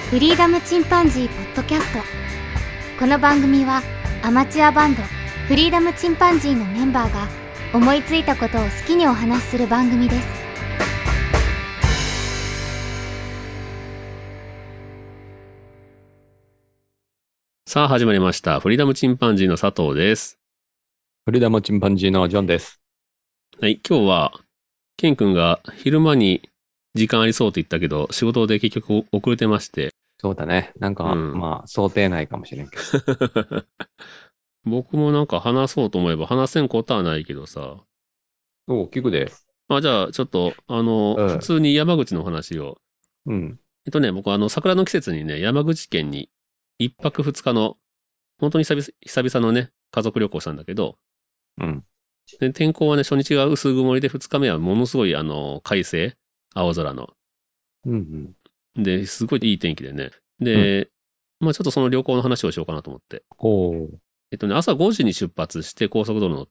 フリーダムチンパンジーポッドキャスト。この番組はアマチュアバンドフリーダムチンパンジーのメンバーが思いついたことを好きにお話しする番組です。 さあ始まりました。フリーダムチンパンジーの佐藤です。 フリーダムチンパンジーのジョンです。 はい、今日はケン君が昼間に時間ありそうって言ったけど、仕事で結局遅れてまして。 そうだね。なんか、まあ想定内かもしれんけど。 僕もなんか話そうと思えば話せんことはないけどさ。 おう、聞くで。 じゃあちょっと普通に山口の話を。僕桜の季節にね、山口県に1泊2日の本当に久々のね家族旅行したんだけど、で天候はね初日が薄曇りで2日目はものすごい快晴、青空の、ですごいいい天気でね。で、まあちょっとその旅行の話をしようかなと思って。朝5時に出発して高速道路乗って、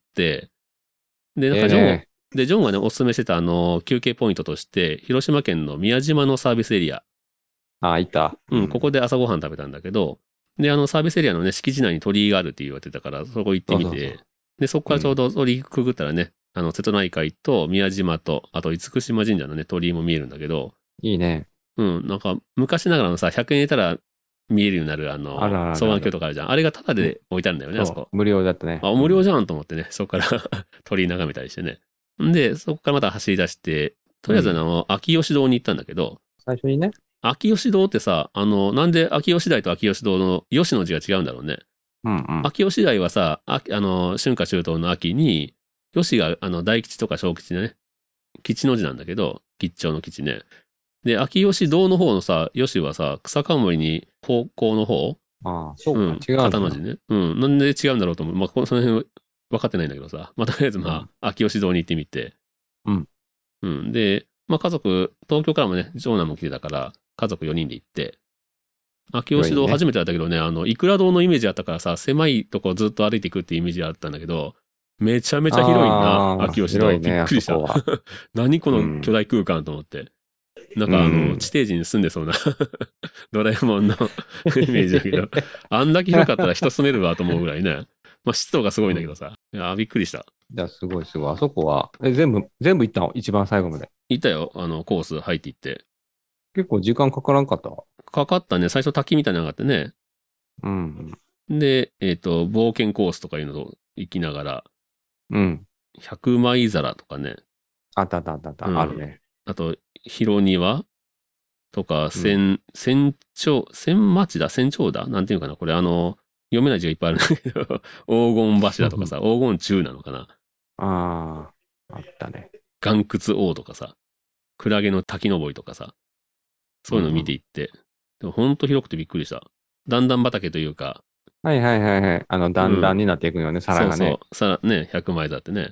でなんかジョンがねおすすめしてた休憩ポイントとして広島県の宮島のサービスエリア。 行った。 ここで朝ごはん食べたんだけど、でサービスエリアのね敷地内に鳥居があるって言われてたからそこ行ってみて、でそこからちょうど鳥居くぐったらね、瀬戸内海と宮島とあと厳島神社のね鳥居も見えるんだけど、 いいね。 なんか昔ながらのさ100円入れたら見えるようになる双眼鏡とかあるじゃん。あれがタダで置いてあるんだよね、あそこ。 無料だったね。 無料じゃんと思ってね、そこから鳥居眺めたりしてね。でそこからまた走り出して、とりあえず秋吉堂に行ったんだけど、 最初にね、 秋吉堂ってさ、なんで秋吉台と秋吉堂の吉の字が違うんだろうね。秋吉台はさ、春夏秋冬の秋に、吉が大吉とか小吉ね、吉の字なんだけど、吉兆の吉ね。で、秋吉堂の方のさ、吉はさ、草冠に方向の方、 そうか、違う肩の字ね。なんで違うんだろうと思う。まあ、その辺分かってないんだけどさ、とりあえず秋吉堂に行ってみて。で、家族、東京からもね、長男も来てたから、家族4人で行って、秋吉堂初めてだったけどね、いくら堂のイメージあったからさ、狭いとこずっと歩いていくっていうイメージあったんだけど、めちゃめちゃ広いな、秋吉堂。びっくりした。何この巨大空間と思って。なんか地底人に住んでそうなドラえもんのイメージだけど、あんだけ広かったら人住めるわと思うぐらいね。湿度がすごいんだけどさ。いや、びっくりした。 いや、すごいすごい。あそこは、全部行ったの？一番最後まで。 行ったよ。コース入って行って。 結構時間かからんかったわ。 かかったね。最初滝みたいなのがあってね。で、冒険コースとかいうのを行きながら、100枚皿とかね。 あるね。 あと、広庭とか、千丁だなんていうかなこれ読めない字がいっぱいあるんだけど、黄金柱とかさ、黄金柱なのかな。 あったね。 岩窟王とかさ、クラゲの滝登りとかさ、そういうのを見ていって、でもほんと広くてびっくりした。段々畑というか。 はい。段々になっていくよね、皿がね。 皿ね、100枚だってね。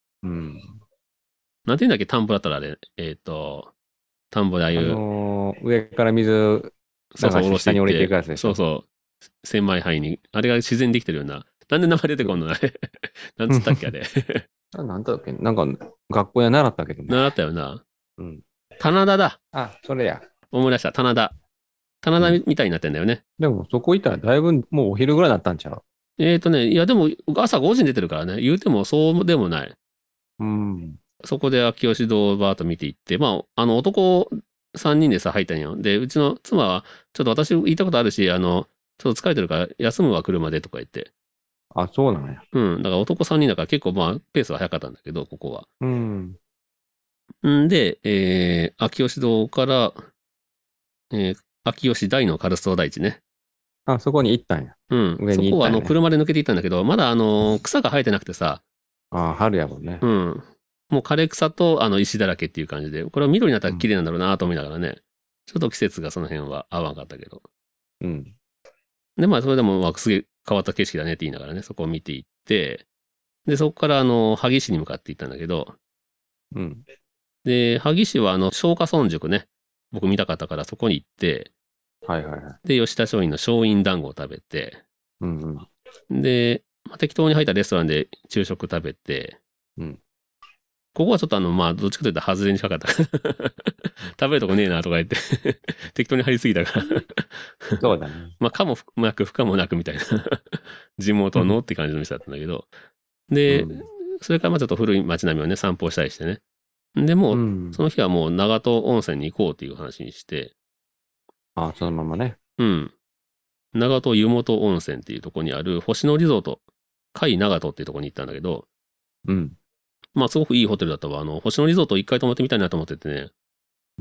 なんていうんだっけ、田んぼだったらあれ、田んぼでああいう。 上から水、下に降りていくやつでしょ。 千枚範囲に。あれが自然にできてるような。なんで名前出てこんのあれ。なんつったっけあれ。 なんだっけ、なんか学校で習ったけどね。 習ったよな。棚田だ。 それや。 思い出した、棚田。棚田みたいになってんだよね。 でもそこ行ったらだいぶもうお昼ぐらいだったんちゃう？ いやでも朝5時に出てるからね。言うてもそうでもない。そこで秋吉堂をバーッと見ていって、男3人でさ入ったんよ。で、うちの妻は、ちょっと私言いたことあるし、ちょっと疲れてるから休むわ車でとか言って。 そうなんや。 だから男3人だから結構ペースは早かったんだけど、ここは。で、秋吉堂から、秋吉台のカルスト台地ね。 そこに行ったんや。 上に行ったんやね。そこは車で抜けていったんだけど、まだ草が生えてなくてさ。 春やもんね。 もう枯れ草と石だらけっていう感じで、これは緑になったら綺麗なんだろうなと思いながらね。ちょっと季節がその辺は合わんかったけど。で、それでもすげえ変わった景色だねって言いながらね、そこを見ていって、で、そこから萩市に向かって行ったんだけど、で、萩市は松下村塾ね、僕見たかったからそこに行って、で、吉田松陰の松陰団子を食べて、で、適当に入ったレストランで昼食食べて、 ここはちょっとまあ、どっちかというと外れに近かった。食べるとこねえなとか言って適当に入りすぎたからそうだね。 まあ、かもなく不可もなくみたいな地元のって感じの店だったんだけど。で、それからまあちょっと古い街並みをね、散歩したりしてね。で、もう、その日はもう長門温泉に行こうっていう話にして。 あ、そのままね。 うん。長門湯本温泉っていうところにある星野リゾート、界長門っていうところに行ったんだけど。 うん。 まあ、すごくいいホテルだったわ。星野リゾート一回泊まってみたいなと思っててね。 うん。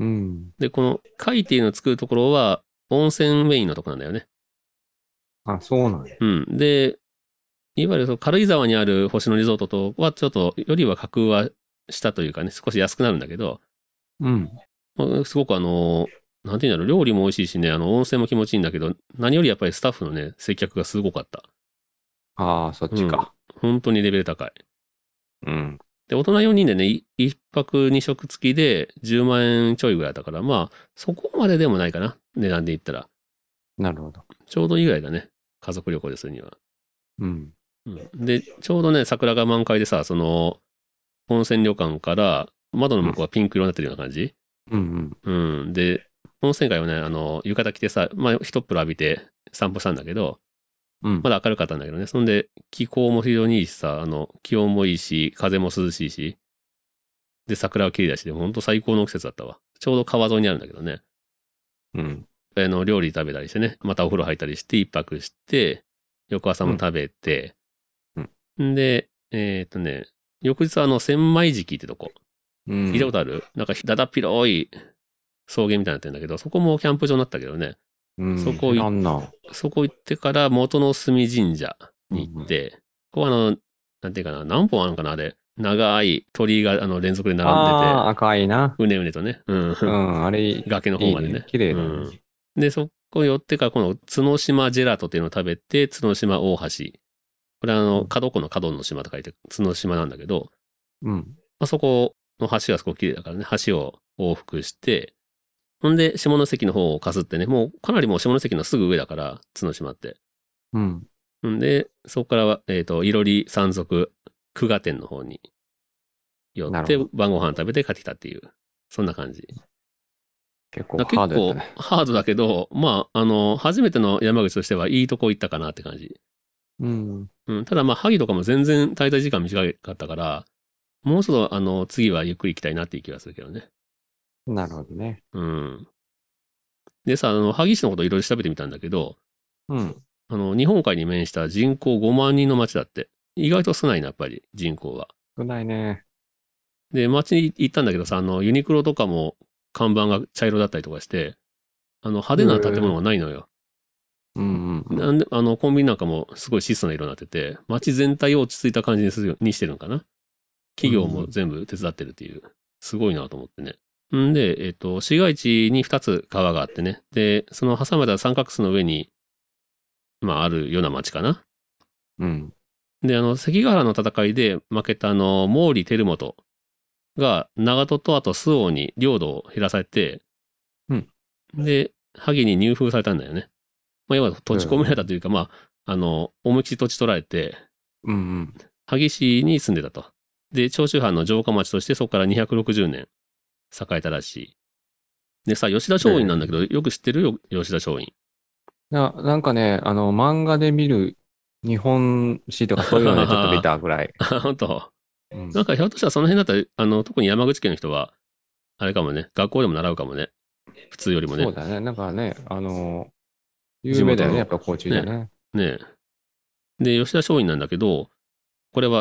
で、この界っていうのを作るところは、温泉メインのとこなんだよね。 あ、そうなんだ。 うん。で、いわゆる軽井沢にある星野リゾートとはちょっとよりは格はしたというかね、少し安くなるんだけど、 うん。 すごくなんていうんだろう、料理も美味しいしね、温泉も気持ちいいんだけど、何よりやっぱりスタッフのね、接客がすごかった。 ああ、そっちか。 本当にレベル高い。 うん。 で、大人4人でね、1泊2食付きで10万円ちょいぐらいだから、まあ、そこまででもないかな、値段で言ったら。 なるほど。 ちょうどいいぐらいだね、家族旅行でするには。 うん。 で、ちょうどね、桜が満開でさ、温泉旅館から窓の向こうがピンク色になってるような感じ。で、温泉街をね、浴衣着てさ、まあ、一っ風呂浴びて散歩したんだけど、まだ明るかったんだけどね。そんで、気候も非常にいいしさ、気温もいいし、風も涼しいし、で、桜は綺麗だし、で、ほんと最高の季節だったわ。ちょうど川沿いにあるんだけどね。料理食べたりしてね、またお風呂入ったりして、一泊して、翌朝も食べて、で、翌日は千枚敷ってとこ。聞いたことある？なんか、だだっ広い草原みたいになってるんだけど、そこもキャンプ場になったけどね。そこ行ってから元の隅神社に行って、ここはなんていうかな、何本あるのかなあれ。長い鳥居が連続で並んでて。 ああ、赤いな。 うねうねとね。 あれ、 崖の方までね。 綺麗だね。 で、そこ寄ってから、この角島ジェラートっていうのを食べて、角島大橋。これは角この角の島と書いて、角島なんだけど、まあ、そこの橋がすごく綺麗だからね、橋を往復して、ほんで、下関の方をかすってね、もうかなりもう下関のすぐ上だから、角島って。んで、そこからは、いろり山賊、久我店の方に寄って、晩ご飯食べて帰ってきたっていう、そんな感じ。 結構ハードだね。 ハードだけど、まあ、初めての山口としてはいいとこ行ったかなって感じ。ただまあ、萩とかも全然滞在時間短かったから、もうちょっと次はゆっくり行きたいなっていう気がするけどね。 なるほどね。 でさ、萩市のこといろいろ調べてみたんだけど、日本海に面した人口5万人の町だって。意外と少ないな、やっぱり、人口は。 少ないね。 で、町に行ったんだけどさ、ユニクロとかも看板が茶色だったりとかして、派手な建物がないのよ。なんで、コンビニなんかもすごい質素な色になってて、街全体を落ち着いた感じにしてるのかな。企業も全部手伝ってるっていう、すごいなと思ってね。んで、市街地に2つ川があってね。で、その挟まれた三角州の上に、まあ、あるような町かな。で、関ヶ原の戦いで負けた毛利輝元が長門とあと周防に領土を減らされて、で、萩に入封されたんだよね。まあ、要は土地込められたというか、まあ、思いっきり土地取られて、萩市に住んでたと。で、長州藩の城下町としてそこから260年栄えたらしい。でさ、吉田松陰なんだけど、よく知ってるよ、吉田松陰。 なんかね、漫画で見る日本史とかそういうのでちょっと見たぐらい。 本当。なんかひょっとしたらその辺だったら、特に山口県の人は、あれかもね、学校でも習うかもね。普通よりもね。 そうだね。なんかね、有名だよね、やっぱ高知でね。 ねえ。で、吉田松陰なんだけど、これは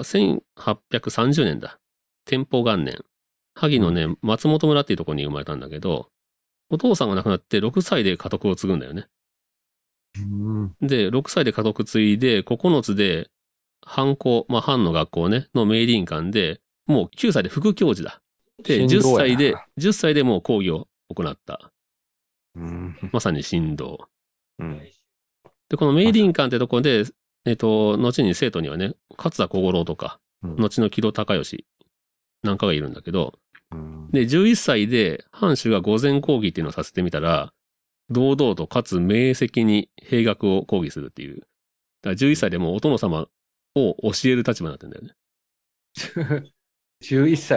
1830年だ。天保元年。萩のね、松本村っていうところに生まれたんだけど、お父さんが亡くなって6歳で家督を継ぐんだよね。で、6歳で家督継いで、9つで、藩校、まあ藩の学校ね、の明倫館で、もう9歳で副教授だ。で、10歳でもう講義を行った。まさに神道。で、この明倫館ってとこで、後に生徒にはね、勝田小五郎とか、後の木戸孝允なんかがいるんだけど、で、11歳で藩主が御前講義っていうのをさせてみたら、堂々とかつ明晰に兵学を講義するっていう。だから11歳でもうお殿様を教える立場になってんだよね。 11歳で。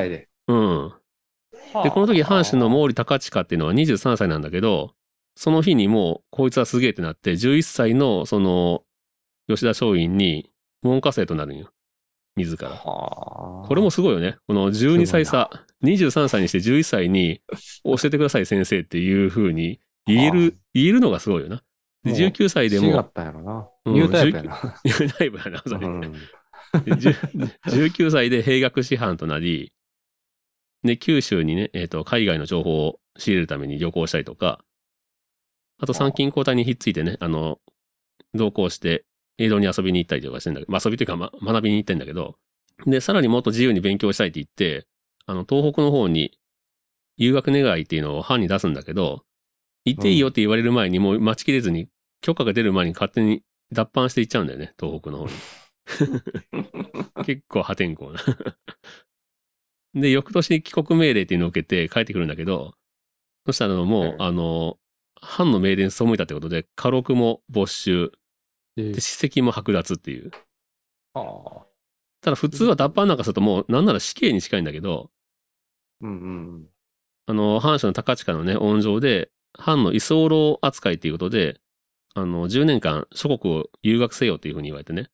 うん。で、この時、藩主の毛利高親っていうのは23歳なんだけど、その日にもう、こいつはすげえってなって、11歳の、その、吉田松陰に、門下生となるんよ。自ら。これもすごいよね。この12歳差、23歳にして11歳に、教えてください先生っていう風に言えるのがすごいよな。で19歳でも。 違ったやろな。ニュータイプやな。 ニュータイプやな、それ。19歳で兵学師範となり、で、九州にね、海外の情報を仕入れるために旅行したりとか、あと参勤交代にひっついてね、同行して、江戸に遊びに行ったりとかしてんだけど、遊びというか、学びに行ってんだけど、で、さらにもっと自由に勉強したいって言って、東北の方に留学願いっていうのを藩に出すんだけど、行っていいよって言われる前にもう待ちきれずに、許可が出る前に勝手に脱藩して行っちゃうんだよね、東北の方に。結構破天荒な。で、翌年帰国命令っていうのを受けて帰ってくるんだけど、そしたらもう、藩の命令に背いたってことで、家禄も没収、で、史跡も剥奪っていう。ただ普通は脱藩なんかするともう、なんなら死刑に近いんだけど、藩主の高親のね、恩情で、藩の居候扱いっていうことで、10年間諸国を遊学せよっていうふうに言われてね。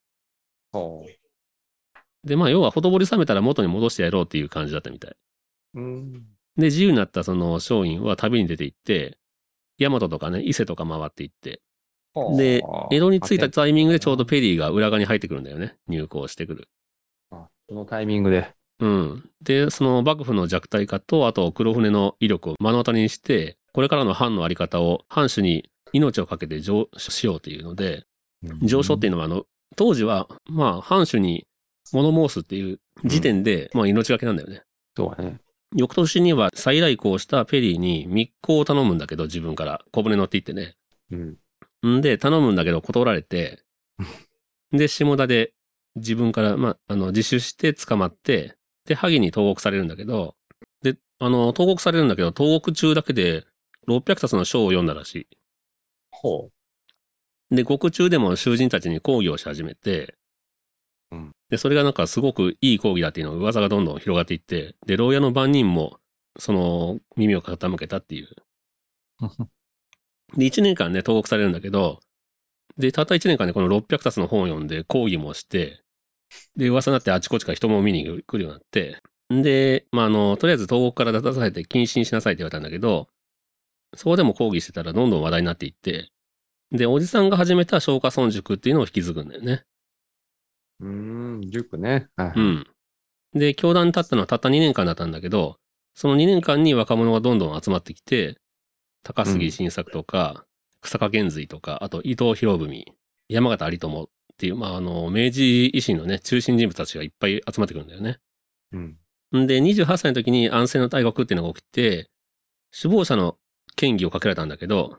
で、まあ、要は、ほとぼり冷めたら元に戻してやろうっていう感じだったみたい。で、自由になったその松陰は旅に出て行って、大和とかね、伊勢とか回って行って、で、江戸に着いたタイミングでちょうどペリーが浦賀に入ってくるんだよね。入港してくる。 そのタイミングで。 うん。で、その幕府の弱体化と、あと黒船の威力を目の当たりにして、これからの藩のあり方を藩主に命をかけて上書しようというので、上書っていうのは当時は、まあ、藩主に物申すっていう時点で、まあ、命がけなんだよね。 そうだね。 翌年には再来航したペリーに密航を頼むんだけど、自分から小舟乗って行ってね。んで、頼むんだけど断られて、で、下田で自分から、まあ、自首して捕まって、で、萩に投獄されるんだけど、で、投獄されるんだけど、投獄中だけで600冊の書を読んだらしい。で、獄中でも囚人たちに講義をし始めて、で、それがなんかすごくいい講義だっていうの噂がどんどん広がっていって、で、牢屋の番人も、その、耳を傾けたっていう。で、1年間ね、投獄されるんだけど、で、たった1年間でこの600冊の本を読んで講義もして、で、噂になってあちこちから人も見に来るようになって、で、まあ、とりあえず投獄から出されて謹慎しなさいって言われたんだけど、そこでも講義してたらどんどん話題になっていって、で、おじさんが始めた松下村塾っていうのを引き継ぐんだよね。 塾ね。 で、教壇に立ったのはたった2年間だったんだけど、その2年間に若者がどんどん集まってきて、高杉晋作とか、草加玄瑞とか、あと伊藤博文、山形有朋っていう、まあ、明治維新のね、中心人物たちがいっぱい集まってくるんだよね。で、28歳の時に安政の大獄っていうのが起きて、首謀者の嫌疑をかけられたんだけど、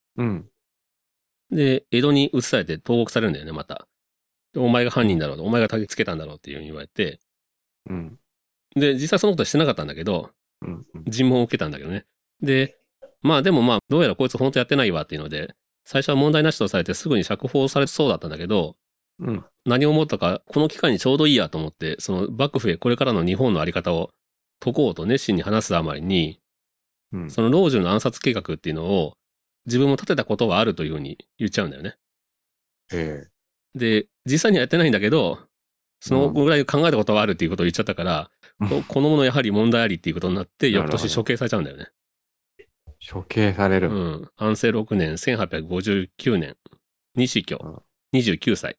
で、江戸に移されて投獄されるんだよね、また。お前が犯人だろう、お前が焚きつけたんだろうっていうふうに言われて、で、実際そのことはしてなかったんだけど、尋問を受けたんだけどね。で、まあでもまあ、どうやらこいつ本当やってないわっていうので、最初は問題なしとされてすぐに釈放されそうだったんだけど、何を思ったか、この機会にちょうどいいやと思って、その幕府へこれからの日本のあり方を解こうと熱心に話すあまりに、その老中の暗殺計画っていうのを自分も立てたことはあるというふうに言っちゃうんだよね。で、実際にはやってないんだけど、そのぐらい考えたことはあるっていうことを言っちゃったから、このものやはり問題ありっていうことになって、翌年処刑されちゃうんだよね。 処刑される。 安政6年、1859年、西居、29歳。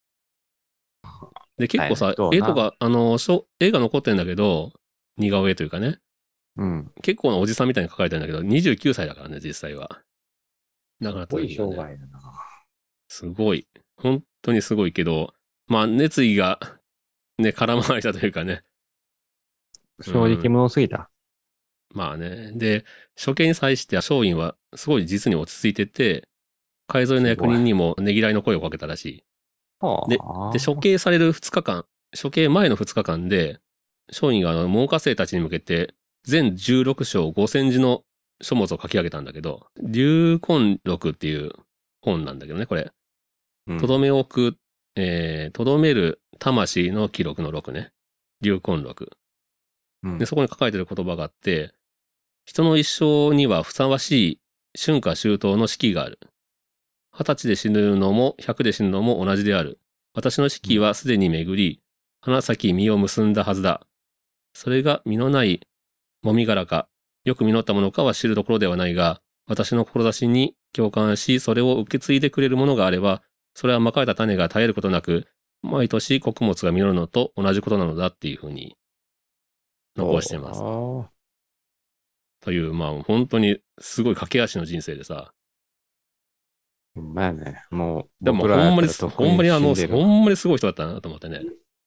で、結構さ、絵とか、絵が残ってんだけど、似顔絵というかね。結構なおじさんみたいに描かれてるんだけど、29歳だからね、実際は。だから、すごい。本当にすごいけど、まあ、熱意が、ね、空回りしたというかね。 正直者すぎた。 まあね。で、処刑に際して松陰はすごい実に落ち着いてて、海沿いの役人にもねぎらいの声をかけたらしい。で、処刑される2日間、処刑前の2日間で、松陰が門下生たちに向けて、全16章5000字の書物を書き上げたんだけど、流魂録っていう本なんだけどね、これ。とどめ置く、とどめる魂の記録の録ね。流魂録。 で、そこに書かれてる言葉があって、人の一生にはふさわしい春夏秋冬の四季がある。20歳で死ぬのも100で死ぬのも同じである。私の四季はすでに巡り、花咲実を結んだはずだ。それが実のないもみ殻か、よく実ったものかは知るところではないが、私の志に共感し、それを受け継いでくれるものがあれば、それはまかれた種が絶えることなく、毎年穀物が実るのと同じことなのだっていうふうに残してます。という、まあ本当にすごい駆け足の人生でさ。 まあね、もう、 でもほんまにすごい人だったなと思ってね。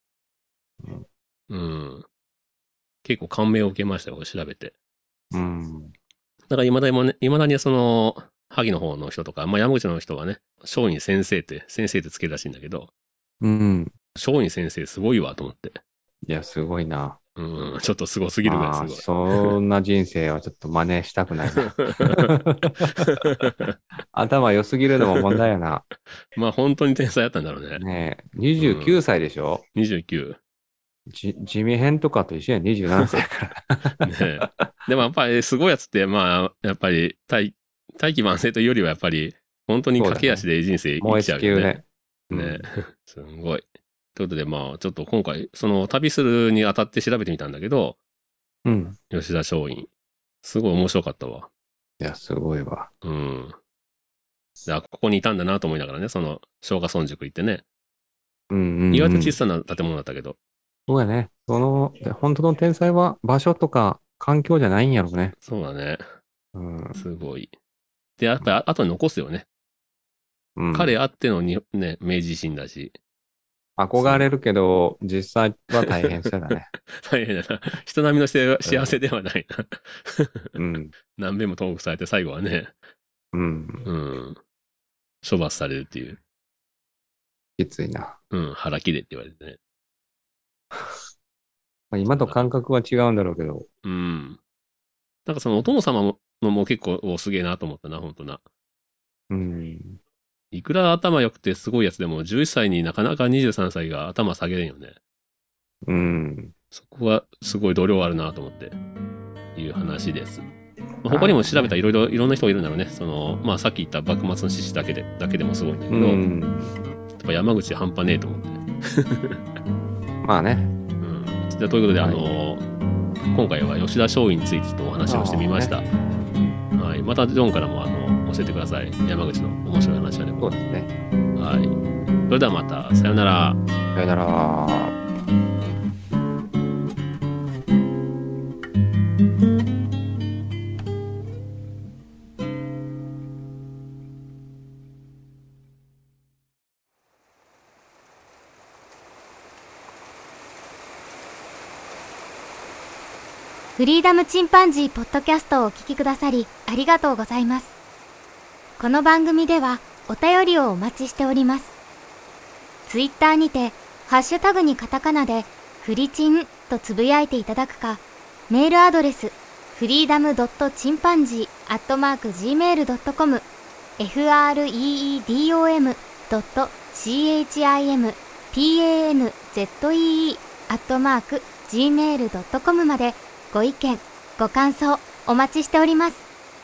結構感銘を受けましたよ、調べて。だから未だにその、萩の方の人とか、まあ山口の人はね、松陰先生ってつけるらしいんだけど、松陰先生すごいわと思って。 いや、すごいな。 ちょっとすごすぎるぐらいすごい。 そんな人生はちょっと真似したくないな。頭良すぎるのも問題やな。 まあ本当に天才だったんだろうね。 ねえ、29歳でしょ？ 29。 地味編とかと一緒や27歳から。 ねでもやっぱりすごいやつって、まあ、やっぱり大器晩成というよりはやっぱり、本当に駆け足で人生生きちゃうよね。ねすごい。ということで、まあ、ちょっと今回、その旅するにあたって調べてみたんだけど、吉田松陰。すごい面白かったわ。 いや、すごいわ。 ここにいたんだなと思いながらね、その、松下村塾行ってね。意外と小さな建物だったけど。 そうやね。本当の天才は場所とか環境じゃないんやろね。 そうだね。すごい。で、やっぱり後に残すよね。彼あってのね、明治維新だし。 憧れるけど、実際は大変そうだね。 大変だな。人並みの幸せではないな。何遍も投獄されて最後はね。処罰されるっていう。 きついな。 腹切れって言われてね。 今と感覚は違うんだろうけど。 なんかそのお殿様のも結構すげえなと思ったな、ほんとな。いくら頭良くてすごいやつでも11歳になかなか23歳が頭下げれんよね。そこはすごい度量あるなと思っていう話です。他にも調べたらいろんな人がいるんだろうね。その、まあさっき言った幕末の志士だけでもすごいんだけど、やっぱ山口半端ねえと思って。 まあね。 ということで、今回は吉田松陰についてちょっとお話をしてみました。はい。またジョンからも教えてください。山口の面白い話あれば。 そうですね。 はい。それではまた、さよなら。 さよなら。 フリーダムチンパンジーポッドキャストをお聞きくださりありがとうございます。この番組ではお便りをお待ちしております。ツイッターにてハッシュタグにカタカナでフリチンとつぶやいていただくか、メールアドレスfreedom.chimpanzee@gmail.com freedom.chimpanzee@gmail.com までご意見、ご感想お待ちしております。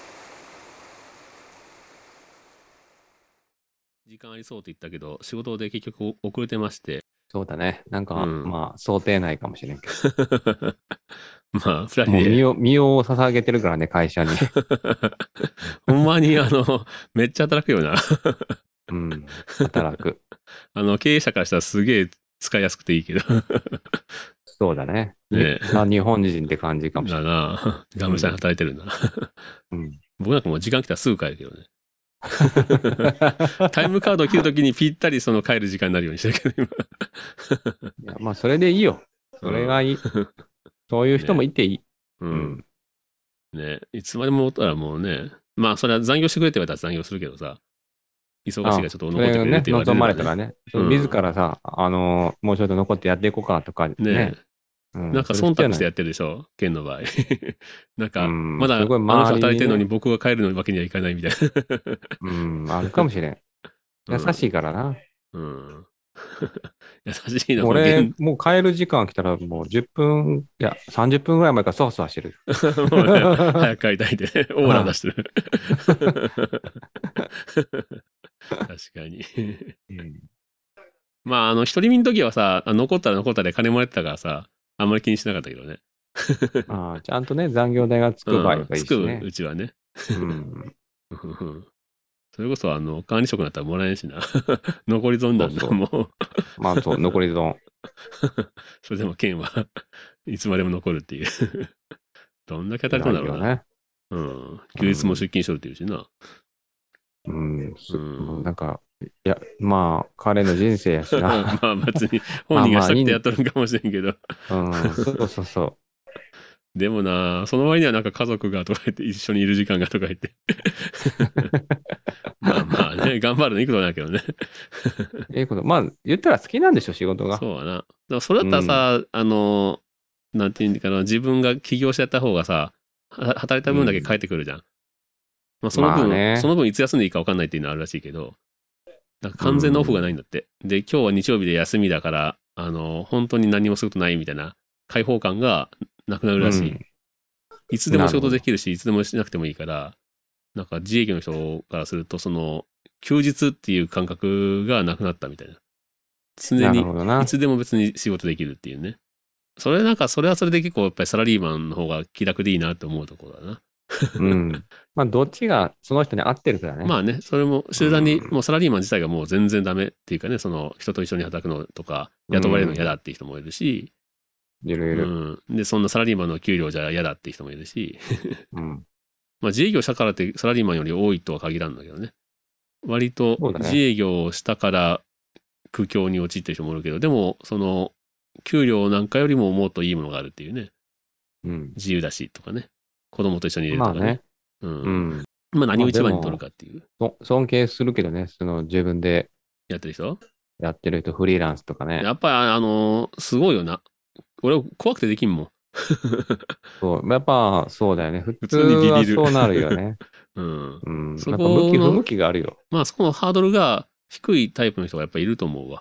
時間ありそうって言ったけど、仕事で結局遅れてまして。 そうだね。なんか、まあ、想定内かもしれんけど。 まあ、二人で。身を捧げてるからね、会社に。 ほんまに、めっちゃ働くよな。 働く。 経営者からしたらすげえ使いやすくていいけど。 そうだね。日本人って感じかもしれない。 だな。がむしゃらに働いてるんだ。僕なんかもう時間来たらすぐ帰るけどね。タイムカードを切るときにぴったりその帰る時間になるようにしてるけど、 今。いや、まあ、それでいいよ。それがいい。そういう人もいていい。 ね、いつまでもおったらもうね、まあ、それは残業してくれって言われたら残業するけどさ、忙しいからちょっと残ってくれって言われて、 望まれたらね。自らさ、もうちょっと残ってやっていこうかとかね。 なんか忖度してやってるでしょ、県の場合。なんか、まだあの人働いてるのに僕が帰るわけにはいかないみたいな。 あるかもしれん。優しいからな。 優しいな、 俺、もう帰る時間来たらもう10分、いや、30分ぐらい前からそわそわしてる。 もうね、早く帰りたいで、オーラ出してる。確かに。まあ、一人身の時はさ、残ったら残ったで金もらってたからさ、あんまり気にしなかったけどね。 ちゃんとね、残業代がつく場合がいいしね。 つくうちはね。 うん。 それこそ、管理職になったらもらえんしな。残り損なんだ、もう。 まあ、そう、残り損。 それでも剣はいつまでも残るっていう。どんだけ当たりそうだろうな。 ね。 休日も出勤しとるっていうしな。 なんか、いや、まあ、彼の人生やしな。 まあ別に本人がしたくてやっとるんかもしれんけど。 そうそうそう。 でもな、その割にはなんか家族がとか言って、一緒にいる時間がとか言って。まあまあね、頑張るのいいことだけどね。 いいこと。まあ、言ったら好きなんでしょ、仕事が。 そうだな。だからそれだったらさ、なんていうんかな、自分が起業してやった方がさ、働いた分だけ返ってくるじゃん。まあその分いつ休んでいいか分かんないっていうのはあるらしいけど、なんか完全なオフがないんだって。で、今日は日曜日で休みだから、本当に何もすることないみたいな開放感がなくなるらしい。いつでも仕事できるし、いつでもしなくてもいいから、なんか自営業の人からすると、休日っていう感覚がなくなったみたいな。常に、いつでも別に仕事できるっていうね。それはそれで結構やっぱりサラリーマンの方が気楽でいいなって思うところだな。 まあ、どっちがその人に合ってるからね。 まあね、それも集団に、もうサラリーマン自体がもう全然ダメっていうかね、人と一緒に働くのとか、雇われるの嫌だっていう人もいるし、 いる。 で、そんなサラリーマンの給料じゃ嫌だっていう人もいるし、まあ自営業したからってサラリーマンより多いとは限らんだけどね。割と自営業をしたから苦境に陥ってる人もいるけど、でも、給料なんかよりももっといいものがあるっていうね。自由だしとかね。子供と一緒にいれるとかね。まあ何を一番に取るかっていう。 尊敬するけどね、自分でやってる人、 フリーランスとかね。 やっぱりすごいよな。俺怖くてできんもん。 そう、やっぱそうだよね。普通にビビる。そうなるよね。そこの向き不向きがあるよ。 まあそこのハードルが低いタイプの人がやっぱいると思うわ。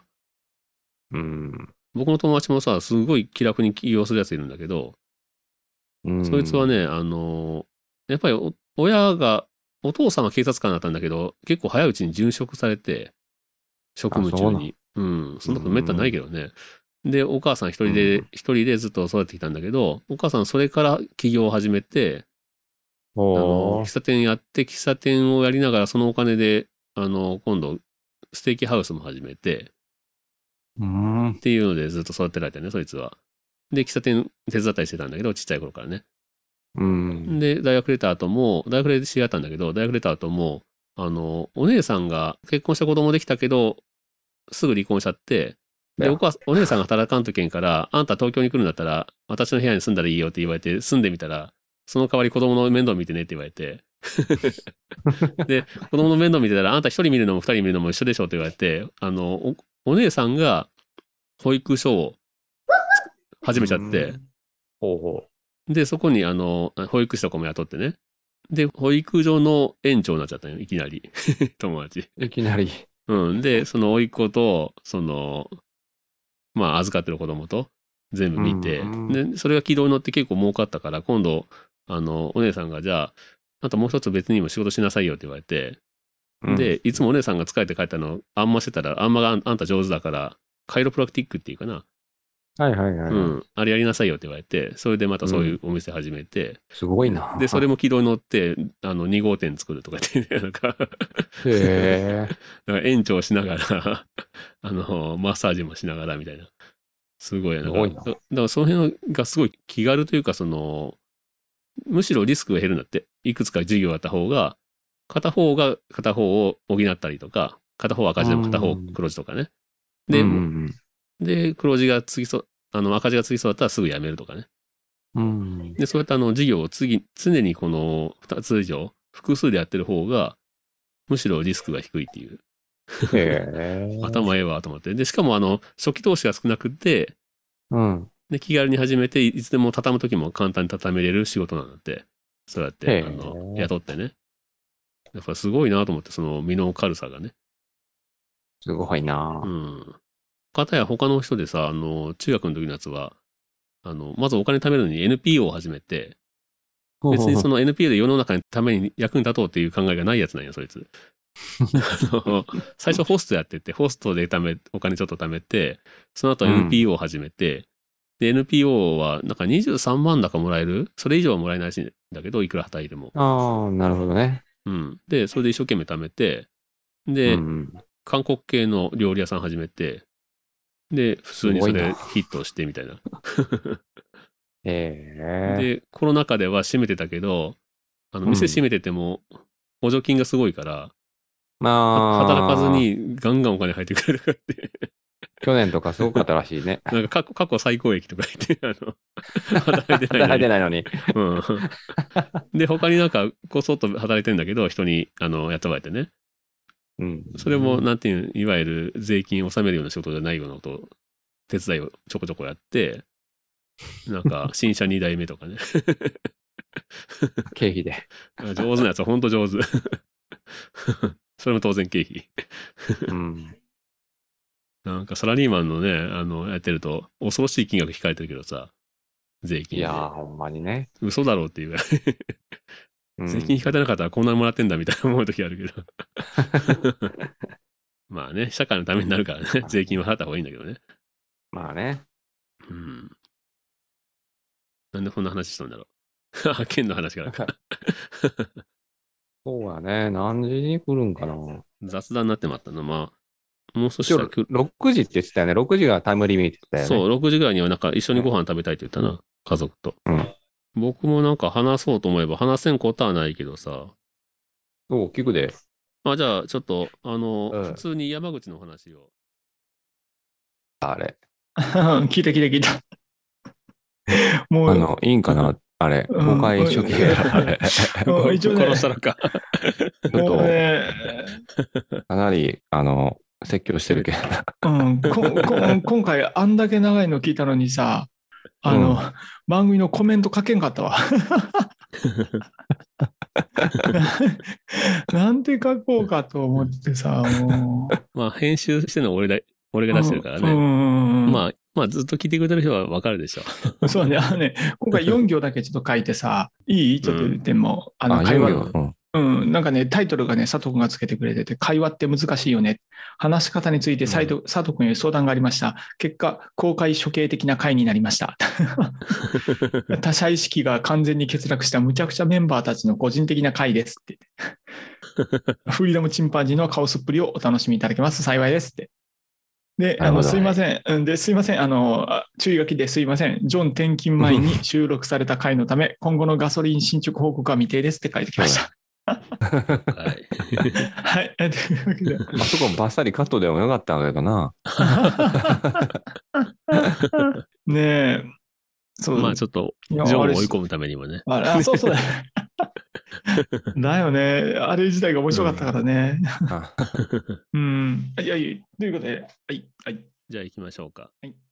僕の友達もさ、すごい気楽に起業するやついるんだけど、そいつはね、やっぱりお父さんは警察官だったんだけど、結構早いうちに殉職されて、職務中に。そんなことめったにないけどね。で、お母さん一人でずっと育ってきたんだけど、お母さんそれから起業を始めて、喫茶店やって、喫茶店をやりながらそのお金で、今度、ステーキハウスも始めて、っていうのでずっと育てられてね、そいつは。で、喫茶店手伝ったりしてたんだけど、ちっちゃい頃からね。で、大学で知り合ったんだけど、大学出た後も、お姉さんが結婚した子供できたけど、すぐ離婚しちゃって、で、お姉さんが働かんとけんから、あんた東京に来るんだったら、私の部屋に住んだらいいよって言われて、住んでみたら、その代わり子供の面倒見てねって言われて、で、子供の面倒見てたら、あんた一人見るのも二人見るのも一緒でしょって言われて、お姉さんが保育所を始めちゃって、で、そこに保育士とかも雇ってね。で、保育所の園長になっちゃったよ、いきなり。友達。 いきなり。 で、その甥っ子と、まあ、預かってる子供と全部見て、で、それが軌道に乗って結構儲かったから、今度、お姉さんが、じゃあ、あんたもう一つ別にも仕事しなさいよって言われて、で、いつもお姉さんが疲れて帰ったの、あんましてたら、あんまがあんた上手だから、カイロプラクティックっていうかな。あれやりなさいよって言われて、それでまたそういうお店始めて。 すごいな。 で、それも軌道に乗って、2号店作るとか言って、なんかへだから園長しながら、マッサージもしながらみたいな。すごいな。だからその辺がすごい気軽というか、むしろリスクが減るんだって。いくつか授業あった方が、片方を補ったりとか、片方赤字でも片方黒字とかね。で、赤字がつきそうだったらすぐ辞めるとかね。で、そうやって授業を常にこの2つ以上、複数でやってる方が、むしろリスクが低いっていう。頭ええわと思って。で、しかも初期投資が少なくて、で、気軽に始めて、いつでも畳むときも簡単に畳めれる仕事なんだって。そうやって、雇ってね。やっぱすごいなと思って、その身の軽さがね。 すごいな片や他の人でさ、中学の時のやつは、まずお金貯めるのに NPO を始めて、別にその NPO で世の中のために役に立とうっていう考えがないやつなんよ、そいつ。最初ホストやってて、ホストでお金ちょっと貯めて、その後 NPO を始めて、で、NPO はなんか23万だかもらえる？それ以上はもらえないらしいんだけど、いくら働いても。 ああ、なるほどね。 うん。で、それで一生懸命貯めて、で、韓国系の料理屋さん始めて、で、普通にそれヒットしてみたいな。で、コロナ禍では閉めてたけど、店閉めてても補助金がすごいから、働かずにガンガンお金入ってくれるからって。 去年とかすごかったらしいね。 なんか過去最高益とか言って、 働いてないのに。 うん。で、他になんかこそっと働いてんだけど、人に雇われてね。 うん。 それも、なんていう、いわゆる税金を納めるような仕事じゃないようなことを、手伝いをちょこちょこやって、なんか、新車2代目とかね。 経費で。 上手なやつはほんと上手。それも当然経費。 うん。 なんかサラリーマンのね、やってると、恐ろしい金額引かれてるけどさ、税金で。 いやー、ほんまにね。 嘘だろうっていうぐらい。税金引かれてなかったらこんなにもらってんだみたいな思う時あるけど。まあね、社会のためになるからね、税金は払った方がいいんだけどね。 まあね。 うん。なんでこんな話したんだろう。県の話からか。 そうやね。何時に来るんかな。 雑談になってまったの。まあ、もう少ししたら 6時って言ってたよね。6時がタイムリミットだよね。 そう、6時ぐらいにはなんか一緒にご飯食べたいって言ったな、家族と。僕もなんか話そうと思えば話せんことはないけどさ。 聞くで。 じゃあちょっと、普通に山口の話を。 あれ。 聞いた。もう、いいんかなあれ。公開処刑。 一応殺したのか。 ちょっと、かなり、説教してるけど。 今回あんだけ長いの聞いたのにさ、番組のコメント書けんかったわ。なんて書こうかと思ってさ、もう。まあ、編集してるのは俺が出してるからね。まあ、ずっと聞いてくれてる人はわかるでしょ。 そうね、今回4行だけちょっと書いてさ、いいちょっと言っても、会話。なんかね、タイトルがね、佐藤君がつけてくれてて、会話って難しいよね。話し方について佐藤君より相談がありました。結果、公開処刑的な回になりました。他者意識が完全に欠落したむちゃくちゃメンバーたちの個人的な回ですって言って。フリーダムチンパンジーのカオスっぷりをお楽しみいただけます幸いですって。で、すいません。注意書きですいません。ジョン転勤前に収録された回のため、今後のガソリン進捗報告は未定ですって書いてきました。 はい。 はい。というわけで。 あそこバッサリカットでもよかったんだけどな。 ねえ。 そう。まあちょっと、ジョンを追い込むためにもね。 そうだね。だよね。あれ自体が面白かったからね。ということで、はい。 じゃあ行きましょうか。 はい。